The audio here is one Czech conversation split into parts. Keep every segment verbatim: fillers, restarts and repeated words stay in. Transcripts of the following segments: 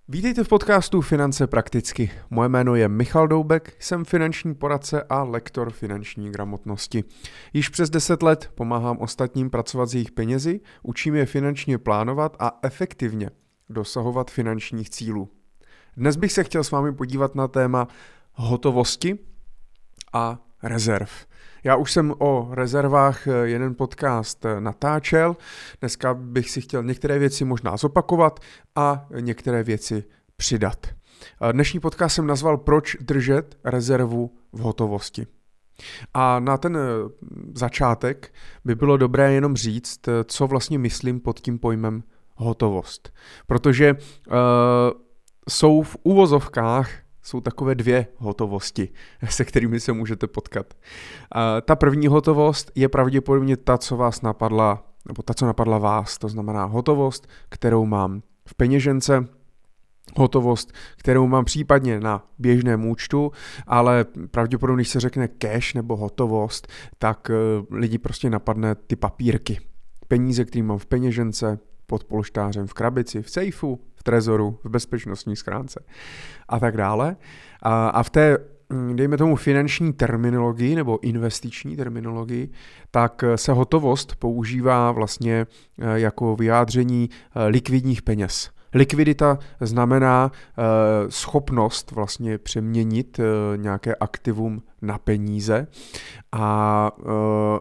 Vítejte v podcastu Finance prakticky. Moje jméno je Michal Doubek, jsem finanční poradce a lektor finanční gramotnosti. Již přes deset let pomáhám ostatním pracovat s jejich penězi, učím je finančně plánovat a efektivně dosahovat finančních cílů. Dnes bych se chtěl s vámi podívat na téma hotovosti a rezerv. Já už jsem o rezervách jeden podcast natáčel, dneska bych si chtěl některé věci možná zopakovat a některé věci přidat. Dnešní podcast jsem nazval Proč držet rezervu v hotovosti. A na ten začátek by bylo dobré jenom říct, co vlastně myslím pod tím pojmem hotovost. Protože uh, jsou v uvozovkách jsou takové dvě hotovosti, se kterými se můžete potkat. A ta první hotovost je pravděpodobně ta, co vás napadla, nebo ta, co napadla vás. To znamená hotovost, kterou mám v peněžence, hotovost, kterou mám případně na běžném účtu, ale pravděpodobně, když se řekne cash nebo hotovost, tak lidi prostě napadne ty papírky. Peníze, které mám v peněžence, pod polštářem, v krabici, v sejfu, v trezoru, v bezpečnostní schránce a tak dále. A, a v té, dejme tomu, finanční terminologii nebo investiční terminologii, tak se hotovost používá vlastně jako vyjádření likvidních peněz. Likvidita znamená uh, schopnost vlastně přeměnit uh, nějaké aktivum na peníze a uh,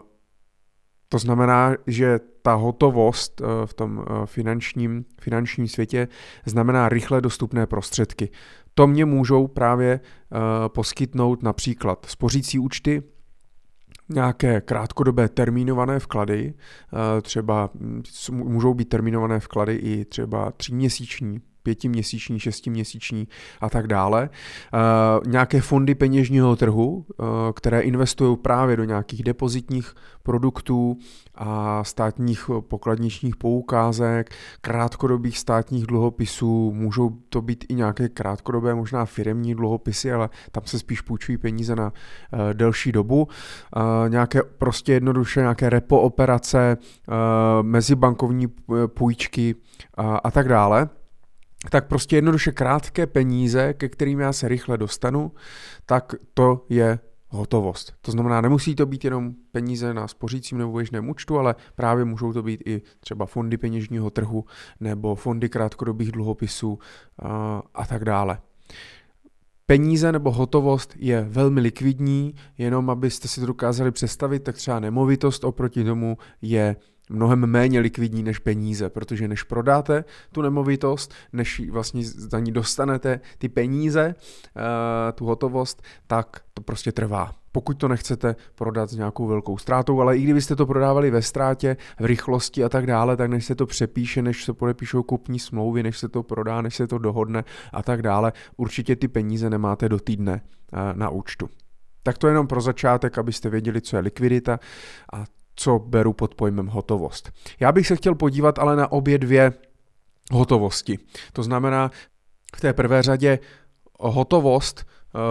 to znamená, že ta hotovost v tom finančním, finančním světě znamená rychle dostupné prostředky. To mě můžou právě poskytnout například spořící účty, nějaké krátkodobé termínované vklady, třeba můžou být termínované vklady i třeba tříměsíční, pětiměsíční, šestiměsíční a tak dále. E, nějaké fondy peněžního trhu, e, které investují právě do nějakých depozitních produktů a státních pokladničních poukázek, krátkodobých státních dluhopisů, můžou to být i nějaké krátkodobé možná firemní dluhopisy, ale tam se spíš půjčují peníze na e, delší dobu. E, nějaké prostě jednoduše nějaké repo operace, e, mezibankovní půjčky a, a tak dále. Tak prostě jednoduše krátké peníze, ke kterým já se rychle dostanu, tak to je hotovost. To znamená, nemusí to být jenom peníze na spořícím nebo běžném účtu, ale právě můžou to být i třeba fondy peněžního trhu nebo fondy krátkodobých dluhopisů a, a tak dále. Peníze nebo hotovost je velmi likvidní, jenom abyste si to dokázali představit, tak třeba nemovitost oproti tomu je mnohem méně likvidní než peníze, protože než prodáte tu nemovitost, než vlastně za ní dostanete ty peníze, tu hotovost, tak to prostě trvá. Pokud to nechcete prodat s nějakou velkou ztrátou, ale i kdybyste to prodávali ve ztrátě, v rychlosti a tak dále, tak než se to přepíše, než se podepíšou kupní smlouvy, než se to prodá, než se to dohodne a tak dále, určitě ty peníze nemáte do týdne na účtu. Tak to jenom pro začátek, abyste věděli, co je likvidita a co beru pod pojmem hotovost. Já bych se chtěl podívat ale na obě dvě hotovosti. To znamená v té prvé řadě hotovost,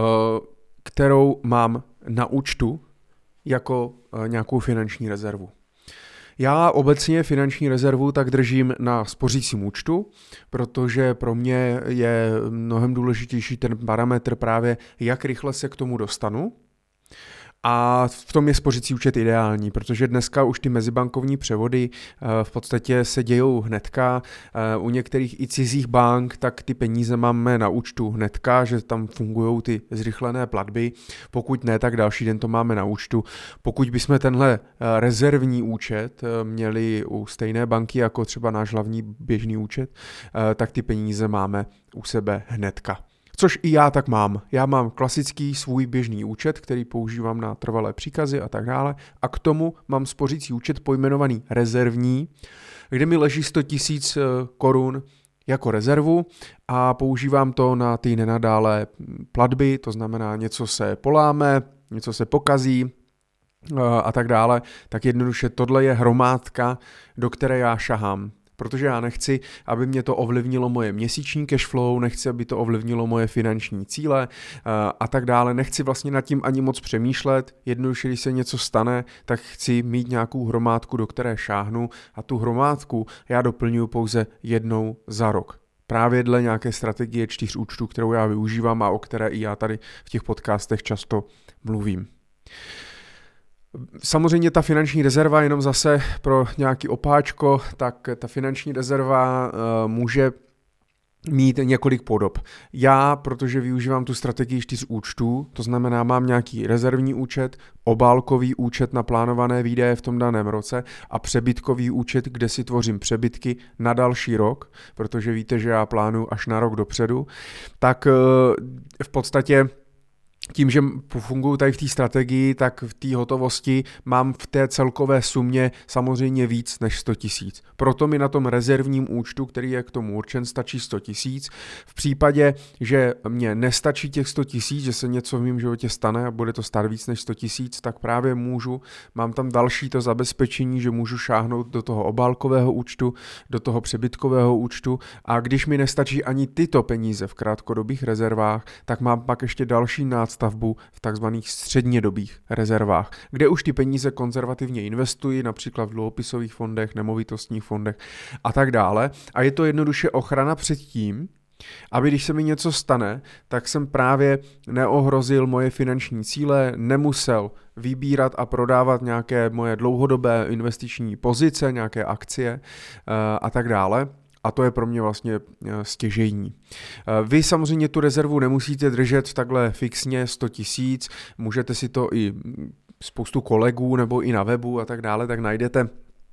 kterou mám na účtu jako nějakou finanční rezervu. Já obecně finanční rezervu tak držím na spořícím účtu, protože pro mě je mnohem důležitější ten parametr právě, jak rychle se k tomu dostanu. A v tom je spořící účet ideální, protože dneska už ty mezibankovní převody v podstatě se dějou hnedka. U některých i cizích bank, tak ty peníze máme na účtu hnedka, že tam fungují ty zrychlené platby. Pokud ne, tak další den to máme na účtu. Pokud bychom tenhle rezervní účet měli u stejné banky jako třeba náš hlavní běžný účet, tak ty peníze máme u sebe hnedka. Což i já tak mám. Já mám klasický svůj běžný účet, který používám na trvalé příkazy a tak dále. A k tomu mám spořící účet pojmenovaný rezervní, kde mi leží sto tisíc korun jako rezervu a používám to na ty nenadálé platby, to znamená něco se poláme, něco se pokazí a tak dále. Tak jednoduše tohle je hromádka, do které já šahám. Protože já nechci, aby mě to ovlivnilo moje měsíční cashflow, nechci, aby to ovlivnilo moje finanční cíle a tak dále. Nechci vlastně nad tím ani moc přemýšlet. Jednoduše, když se něco stane, tak chci mít nějakou hromádku, do které šáhnu a tu hromádku já doplňuji pouze jednou za rok. Právě dle nějaké strategie čtyř účtů, kterou já využívám a o které i já tady v těch podcastech často mluvím. Samozřejmě ta finanční rezerva, jenom zase pro nějaký opáčko, tak ta finanční rezerva uh, může mít několik podob. Já, protože využívám tu strategii čtyř účtů, to znamená, mám nějaký rezervní účet, obálkový účet na plánované výdaje v tom daném roce a přebytkový účet, kde si tvořím přebytky na další rok, protože víte, že já plánuju až na rok dopředu, tak v podstatě tím, že funguji tady v té strategii, tak v té hotovosti mám v té celkové sumě samozřejmě víc než sto tisíc. Proto mi na tom rezervním účtu, který je k tomu určen, stačí sto tisíc. V případě, že mě nestačí těch sto tisíc, že se něco v mém životě stane a bude to stát víc než sto tisíc, tak právě můžu, mám tam další to zabezpečení, že můžu šáhnout do toho obálkového účtu, do toho přebytkového účtu a když mi nestačí ani tyto peníze v krátkodobých rezervách, tak mám pak ještě další náctavbu v takzvaných střednědobých rezervách, kde už ty peníze konzervativně investuji, například v dluhopisových fondech, nemovitostních fondech a tak dále. A je to jednoduše ochrana před tím, aby když se mi něco stane, tak jsem právě neohrozil moje finanční cíle, nemusel vybírat a prodávat nějaké moje dlouhodobé investiční pozice, nějaké akcie a tak dále. A to je pro mě vlastně stěžejní. Vy samozřejmě tu rezervu nemusíte držet takhle fixně sto tisíc, můžete si to i spoustu kolegů nebo i na webu a tak dále, tak najdete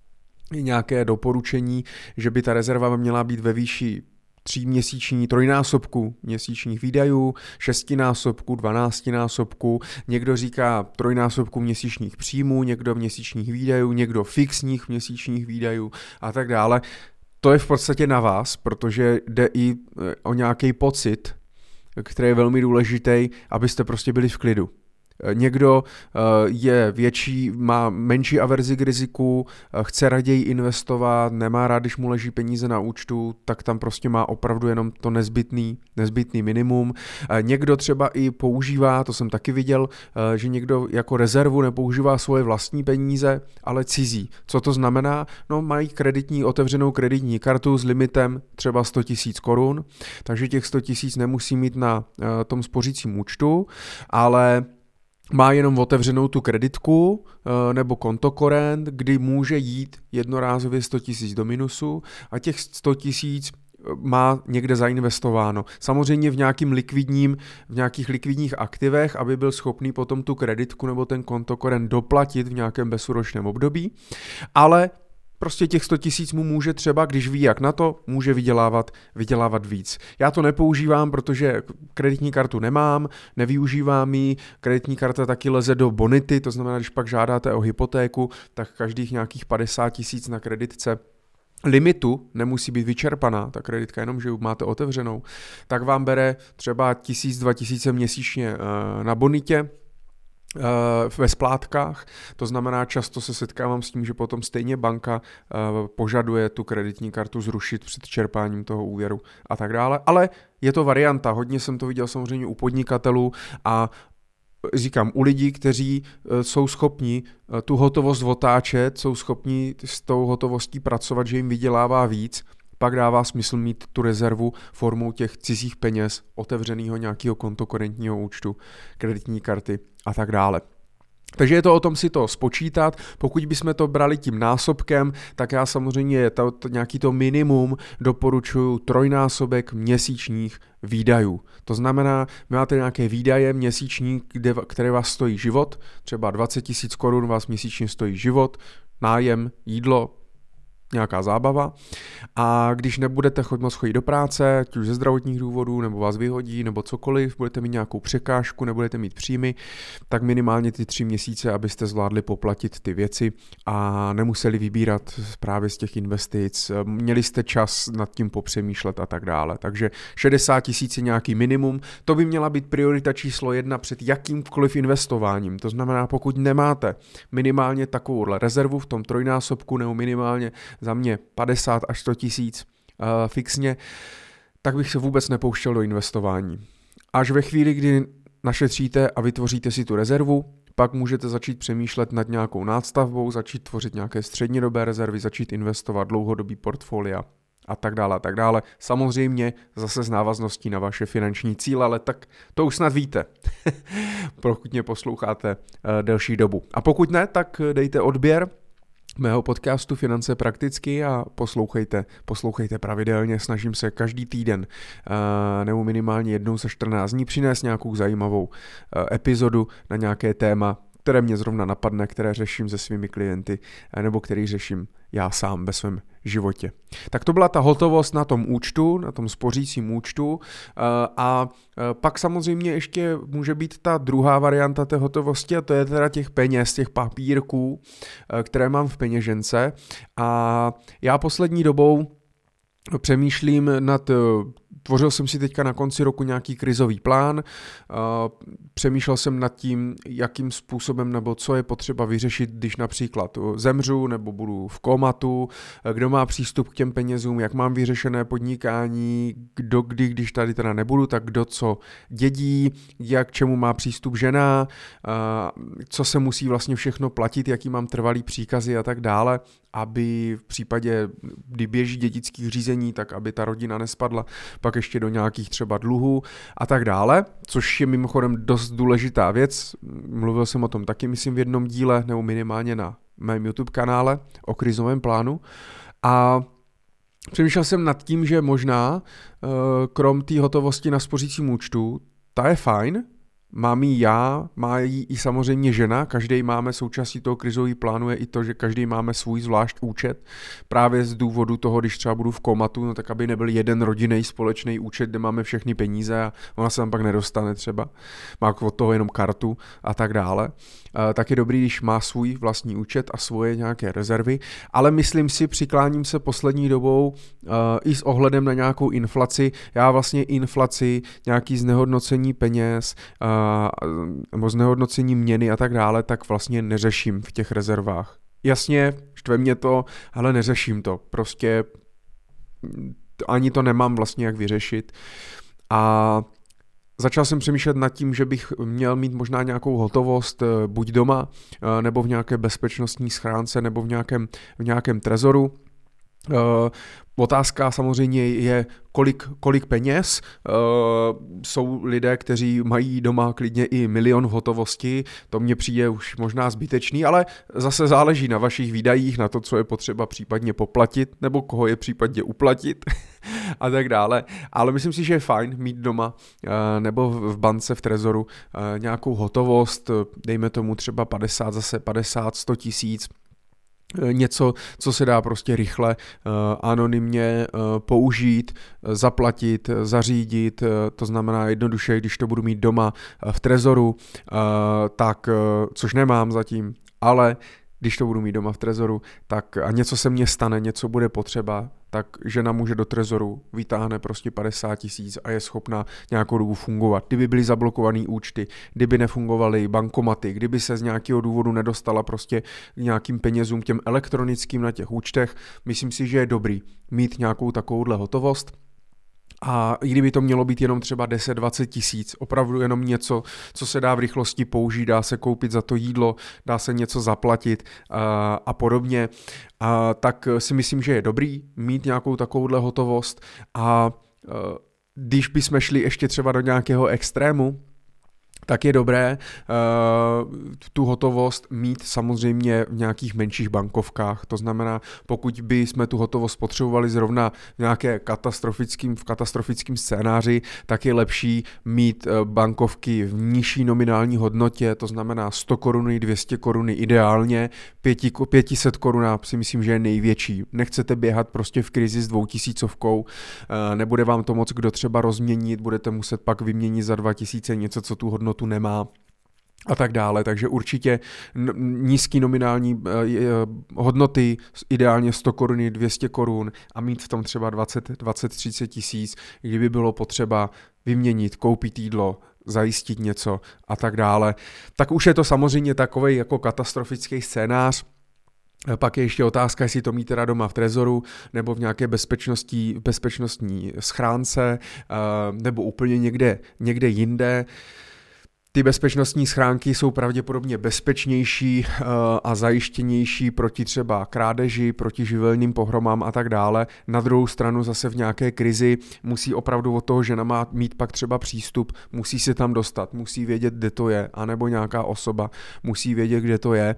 nějaké doporučení, že by ta rezerva měla být ve výši tříměsíční, trojnásobku měsíčních výdajů, šestinásobku, dvanáctinásobku, někdo říká trojnásobku měsíčních příjmů, někdo měsíčních výdajů, někdo fixních měsíčních výdajů a tak dále. To je v podstatě na vás, protože jde i o nějaký pocit, který je velmi důležitý, abyste prostě byli v klidu. Někdo je větší, má menší averzi k riziku, chce raději investovat, nemá rád, když mu leží peníze na účtu, tak tam prostě má opravdu jenom to nezbytný, nezbytný minimum. Někdo třeba i používá, to jsem taky viděl, že někdo jako rezervu nepoužívá svoje vlastní peníze, ale cizí. Co to znamená? No, mají kreditní, otevřenou kreditní kartu s limitem třeba sto tisíc korun, takže těch sto tisíc nemusí mít na tom spořícím účtu, ale má jenom otevřenou tu kreditku nebo kontokorent, kdy může jít jednorázově sto tisíc do minusu a těch sto tisíc má někde zainvestováno. Samozřejmě v nějakým likvidním, v nějakých likvidních aktivech, aby byl schopný potom tu kreditku nebo ten kontokorent doplatit v nějakém bezúročném období, ale prostě těch sto tisíc mu může třeba, když ví jak na to, může vydělávat, vydělávat víc. Já to nepoužívám, protože kreditní kartu nemám, nevyužívám ji, kreditní karta taky leze do bonity, to znamená, když pak žádáte o hypotéku, tak každých nějakých padesát tisíc na kreditce limitu nemusí být vyčerpaná, ta kreditka jenom, že ji máte otevřenou, tak vám bere třeba tisíc, dva tisíce měsíčně na bonitě, ve splátkách, to znamená, často se setkávám s tím, že potom stejně banka požaduje tu kreditní kartu zrušit před čerpáním toho úvěru a tak dále, ale je to varianta, hodně jsem to viděl samozřejmě u podnikatelů a říkám, u lidí, kteří jsou schopni tu hotovost otáčet, jsou schopni s tou hotovostí pracovat, že jim vydělává víc, pak dává smysl mít tu rezervu formou těch cizích peněz, otevřeného nějakého kontokorentního účtu, kreditní karty a tak dále. Takže je to o tom si to spočítat, pokud bychom to brali tím násobkem, tak já samozřejmě to, to, nějaký to minimum doporučuji trojnásobek měsíčních výdajů. To znamená, máte nějaké výdaje měsíční, kde, které vás stojí život, třeba dvacet tisíc korun vás měsíčně stojí život, nájem, jídlo, nějaká zábava a když nebudete moc chodit do práce, ať už ze zdravotních důvodů, nebo vás vyhodí, nebo cokoliv, budete mít nějakou překážku, nebudete mít příjmy, tak minimálně ty tři měsíce, abyste zvládli poplatit ty věci a nemuseli vybírat právě z těch investic, měli jste čas nad tím popřemýšlet a tak dále. Takže šedesát tisíc je nějaký minimum, to by měla být priorita číslo jedna před jakýmkoliv investováním. To znamená, pokud nemáte minimálně takovouhle rezervu v tom trojnásobku nebo minimálně za mě padesát až sto tisíc uh, fixně, tak bych se vůbec nepouštěl do investování. Až ve chvíli, kdy našetříte a vytvoříte si tu rezervu, pak můžete začít přemýšlet nad nějakou nástavbou, začít tvořit nějaké střednědobé rezervy, začít investovat dlouhodobý portfolia a tak dále a tak dále. Samozřejmě zase z návazností na vaše finanční cíle, ale tak to už snad víte, pokud mě posloucháte uh, delší dobu. A pokud ne, tak dejte odběr mého podcastu Finance prakticky a poslouchejte, poslouchejte pravidelně, snažím se každý týden uh, nebo minimálně jednou za čtrnáct dní přinést nějakou zajímavou uh, epizodu na nějaké téma, které mě zrovna napadne, které řeším se svými klienty nebo který řeším já sám ve svém životě. Tak to byla ta hotovost na tom účtu, na tom spořícím účtu a pak samozřejmě ještě může být ta druhá varianta té hotovosti a to je teda těch peněz, těch papírků, které mám v peněžence a já poslední dobou přemýšlím nad, tvořil jsem si teďka na konci roku nějaký krizový plán, přemýšlel jsem nad tím, jakým způsobem nebo co je potřeba vyřešit, když například zemřu nebo budu v komatu, kdo má přístup k těm penězům, jak mám vyřešené podnikání, kdo kdy, když tady teda nebudu, tak kdo co dědí, jak čemu má přístup žena, co se musí vlastně všechno platit, jaký mám trvalý příkazy a tak dále, aby v případě, kdy běží dědických řízení, tak aby ta rodina nespadla pak ještě do nějakých třeba dluhů a tak dále, což je mimochodem dost důležitá věc. Mluvil jsem o tom taky, myslím, v jednom díle, nebo minimálně na mém YouTube kanále o krizovém plánu. A přemýšlel jsem nad tím, že možná krom té hotovosti na spořícím účtu, ta je fajn, mám ji já, má ji i samozřejmě žena, každý máme součástí toho krizového plánu je i to, že každý máme svůj zvlášť účet, právě z důvodu toho, když třeba budu v komatu, no tak aby nebyl jeden rodinný společný účet, kde máme všechny peníze a ona se tam pak nedostane třeba, má od toho jenom kartu a tak dále. E, tak je dobrý, když má svůj vlastní účet a svoje nějaké rezervy, ale myslím si, přikláním se poslední dobou e, i s ohledem na nějakou inflaci, já vlastně inflaci, nějaký znehodnocení peněz, e, nebo znehodnocení měny a tak dále, tak vlastně neřeším v těch rezervách. Jasně, štve mě to, ale neřeším to. Prostě ani to nemám vlastně jak vyřešit. A začal jsem přemýšlet nad tím, že bych měl mít možná nějakou hotovost buď doma, nebo v nějaké bezpečnostní schránce, nebo v nějakém, v nějakém trezoru. Uh, otázka samozřejmě je, kolik, kolik peněz. Uh, jsou lidé, kteří mají doma klidně i milion v hotovosti, to mně přijde už možná zbytečný, ale zase záleží na vašich výdajích, na to, co je potřeba případně poplatit, nebo koho je případně uplatit a tak dále. Ale myslím si, že je fajn mít doma uh, nebo v bance, v trezoru uh, nějakou hotovost, dejme tomu třeba padesát, zase padesát, sto tisíc, něco, co se dá prostě rychle, uh, anonymně uh, použít, uh, zaplatit, uh, zařídit, uh, to znamená jednoduše, když to budu mít doma uh, v trezoru, uh, tak, uh, což nemám zatím, ale když to budu mít doma v trezoru, tak a něco se mně stane, něco bude potřeba, tak žena může do trezoru, vytáhne prostě padesát tisíc a je schopná nějakou dobu fungovat. Kdyby byly zablokované účty, kdyby nefungovaly bankomaty, kdyby se z nějakého důvodu nedostala prostě k nějakým penězům těm elektronickým na těch účtech, myslím si, že je dobrý mít nějakou takovouhle hotovost. A i kdyby to mělo být jenom třeba deset dvacet tisíc, opravdu jenom něco, co se dá v rychlosti použít, dá se koupit za to jídlo, dá se něco zaplatit a, a podobně, a, tak si myslím, že je dobrý mít nějakou takovouhle hotovost a, a když bychom šli ještě třeba do nějakého extrému, tak je dobré uh, tu hotovost mít samozřejmě v nějakých menších bankovkách. To znamená, pokud by jsme tu hotovost potřebovali zrovna v nějaké katastrofickým, v katastrofickém scénáři, tak je lepší mít uh, bankovky v nižší nominální hodnotě, to znamená sto koruny, dvě stě koruny ideálně, pět set korun si myslím, že je největší. Nechcete běhat prostě v krizi s dvoutisícovkou, uh, nebude vám to moc kdo třeba rozměnit, budete muset pak vyměnit za dva tisíce něco, co tu hodnotu tu nemá a tak dále, takže určitě nízký nominální hodnoty, ideálně sto koruny, dvě stě korun a mít v tom třeba dvacet, dvacet, třicet tisíc, kdyby bylo potřeba vyměnit, koupit jídlo, zajistit něco a tak dále. Tak už je to samozřejmě takovej jako katastrofický scénář. Pak je ještě otázka, jestli to mít teda doma v trezoru nebo v nějaké bezpečnostní, bezpečnostní schránce nebo úplně někde, někde jinde. Ty bezpečnostní schránky jsou pravděpodobně bezpečnější a zajištěnější proti třeba krádeži, proti živelným pohromám a tak dále. Na druhou stranu zase v nějaké krizi musí opravdu od toho žena má mít pak třeba přístup, musí se tam dostat, musí vědět, kde to je, anebo nějaká osoba musí vědět, kde to je.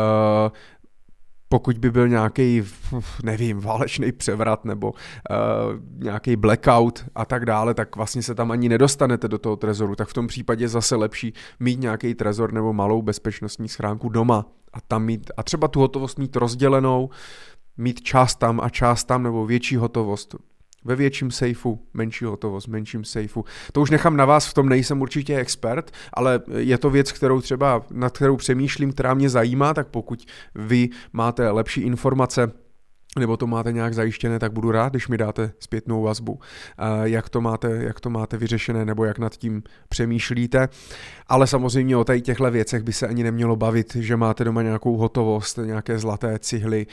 Pokud by byl nějaký, nevím, válečný převrat nebo uh, nějaký blackout a tak dále, tak vlastně se tam ani nedostanete do toho trezoru. Tak v tom případě zase lepší mít nějaký trezor nebo malou bezpečnostní schránku doma a tam mít, a třeba tu hotovost mít rozdělenou, mít část tam a část tam nebo větší hotovost. Ve větším sejfu, menší hotovost, menším sejfu. To už nechám na vás, v tom nejsem určitě expert, ale je to věc, kterou třeba, nad kterou přemýšlím, která mě zajímá, tak pokud vy máte lepší informace, nebo to máte nějak zajištěné, tak budu rád, když mi dáte zpětnou vazbu, jak to máte, jak to máte vyřešené, nebo jak nad tím přemýšlíte. Ale samozřejmě o tady těchto věcech by se ani nemělo bavit, že máte doma nějakou hotovost, nějaké zlaté cihly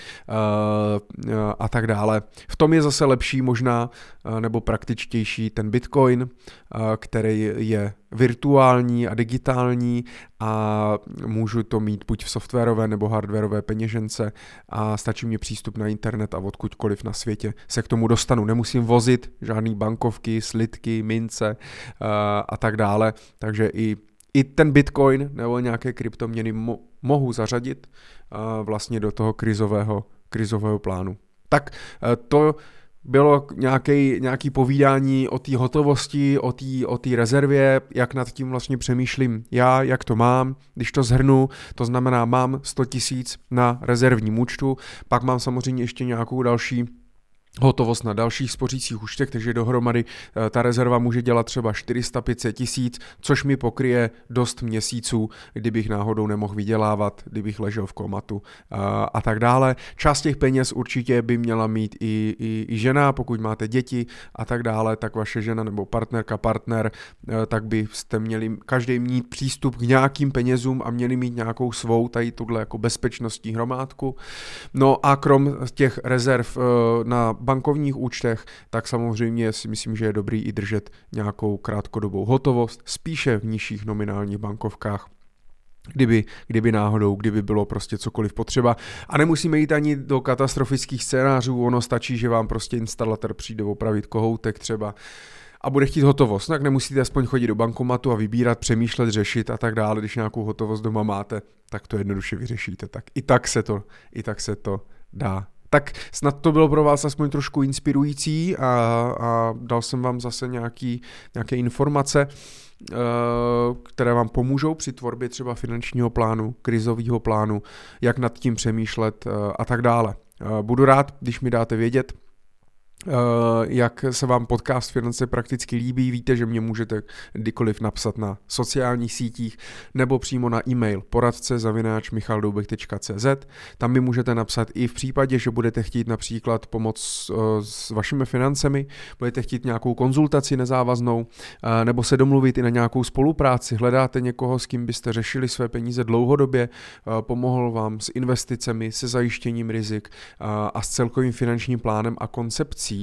a tak dále. V tom je zase lepší možná, nebo praktičtější ten Bitcoin, který je virtuální a digitální a můžu to mít buď v softwarové nebo hardwarové peněžence a stačí mě přístup na internet a odkudkoliv na světě se k tomu dostanu. Nemusím vozit žádný bankovky, slitky, mince a tak dále, takže i, i ten Bitcoin nebo nějaké kryptoměny mo- mohu zařadit vlastně do toho krizového, krizového plánu. Tak to bylo nějaký, nějaký povídání o té hotovosti, o té o té rezervě, jak nad tím vlastně přemýšlím já, jak to mám. Když to shrnu, to znamená, mám sto tisíc na rezervním účtu, pak mám samozřejmě ještě nějakou další hotovost na dalších spořících účtech, takže dohromady ta rezerva může dělat třeba čtyři sta pět set tisíc, což mi pokryje dost měsíců, kdybych náhodou nemohl vydělávat, kdybych ležel v komatu a, a tak dále. Část těch peněz určitě by měla mít i, i, i žena, pokud máte děti a tak dále, tak vaše žena nebo partnerka, partner, tak byste měli každý mít přístup k nějakým penězům a měli mít nějakou svou tady tuhle jako bezpečnostní hromádku. No a krom těch rezerv na bankovních účtech, tak samozřejmě si myslím, že je dobrý i držet nějakou krátkodobou hotovost, spíše v nižších nominálních bankovkách, kdyby, kdyby náhodou, kdyby bylo prostě cokoliv potřeba. A nemusíme jít ani do katastrofických scénářů, ono stačí, že vám prostě instalatér přijde opravit kohoutek třeba a bude chtít hotovost, tak nemusíte aspoň chodit do bankomatu a vybírat, přemýšlet, řešit a tak dále. Když nějakou hotovost doma máte, tak to jednoduše vyřešíte. Tak i tak se to, i tak se to dá. Tak snad to bylo pro vás aspoň trošku inspirující a, a dal jsem vám zase nějaký, nějaké informace, které vám pomůžou při tvorbě třeba finančního plánu, krizového plánu, jak nad tím přemýšlet a tak dále. Budu rád, když mi dáte vědět, jak se vám podcast Finance prakticky líbí. Víte, že mě můžete kdykoliv napsat na sociálních sítích nebo přímo na e-mail poradce zavináč michaldoubek tečka cé zet. Tam mi můžete napsat i v případě, že budete chtít například pomoc s vašimi financemi, budete chtít nějakou konzultaci nezávaznou nebo se domluvit i na nějakou spolupráci. Hledáte někoho, s kým byste řešili své peníze dlouhodobě, pomohl vám s investicemi, se zajištěním rizik a s celkovým finančním plánem a koncepcí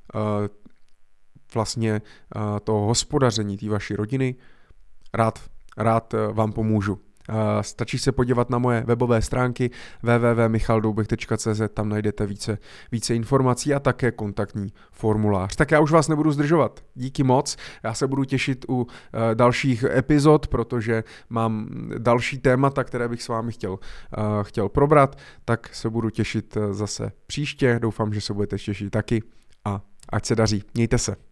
vlastně toho hospodaření té vaší rodiny, rád, rád vám pomůžu. Stačí se podívat na moje webové stránky w w w tečka michaldoubek tečka cé zet, tam najdete více, více informací a také kontaktní formulář. Tak já už vás nebudu zdržovat. Díky moc. Já se budu těšit u dalších epizod, protože mám další témata, které bych s vámi chtěl, chtěl probrat, tak se budu těšit zase příště. Doufám, že se budete těšit taky a ať se daří. Mějte se.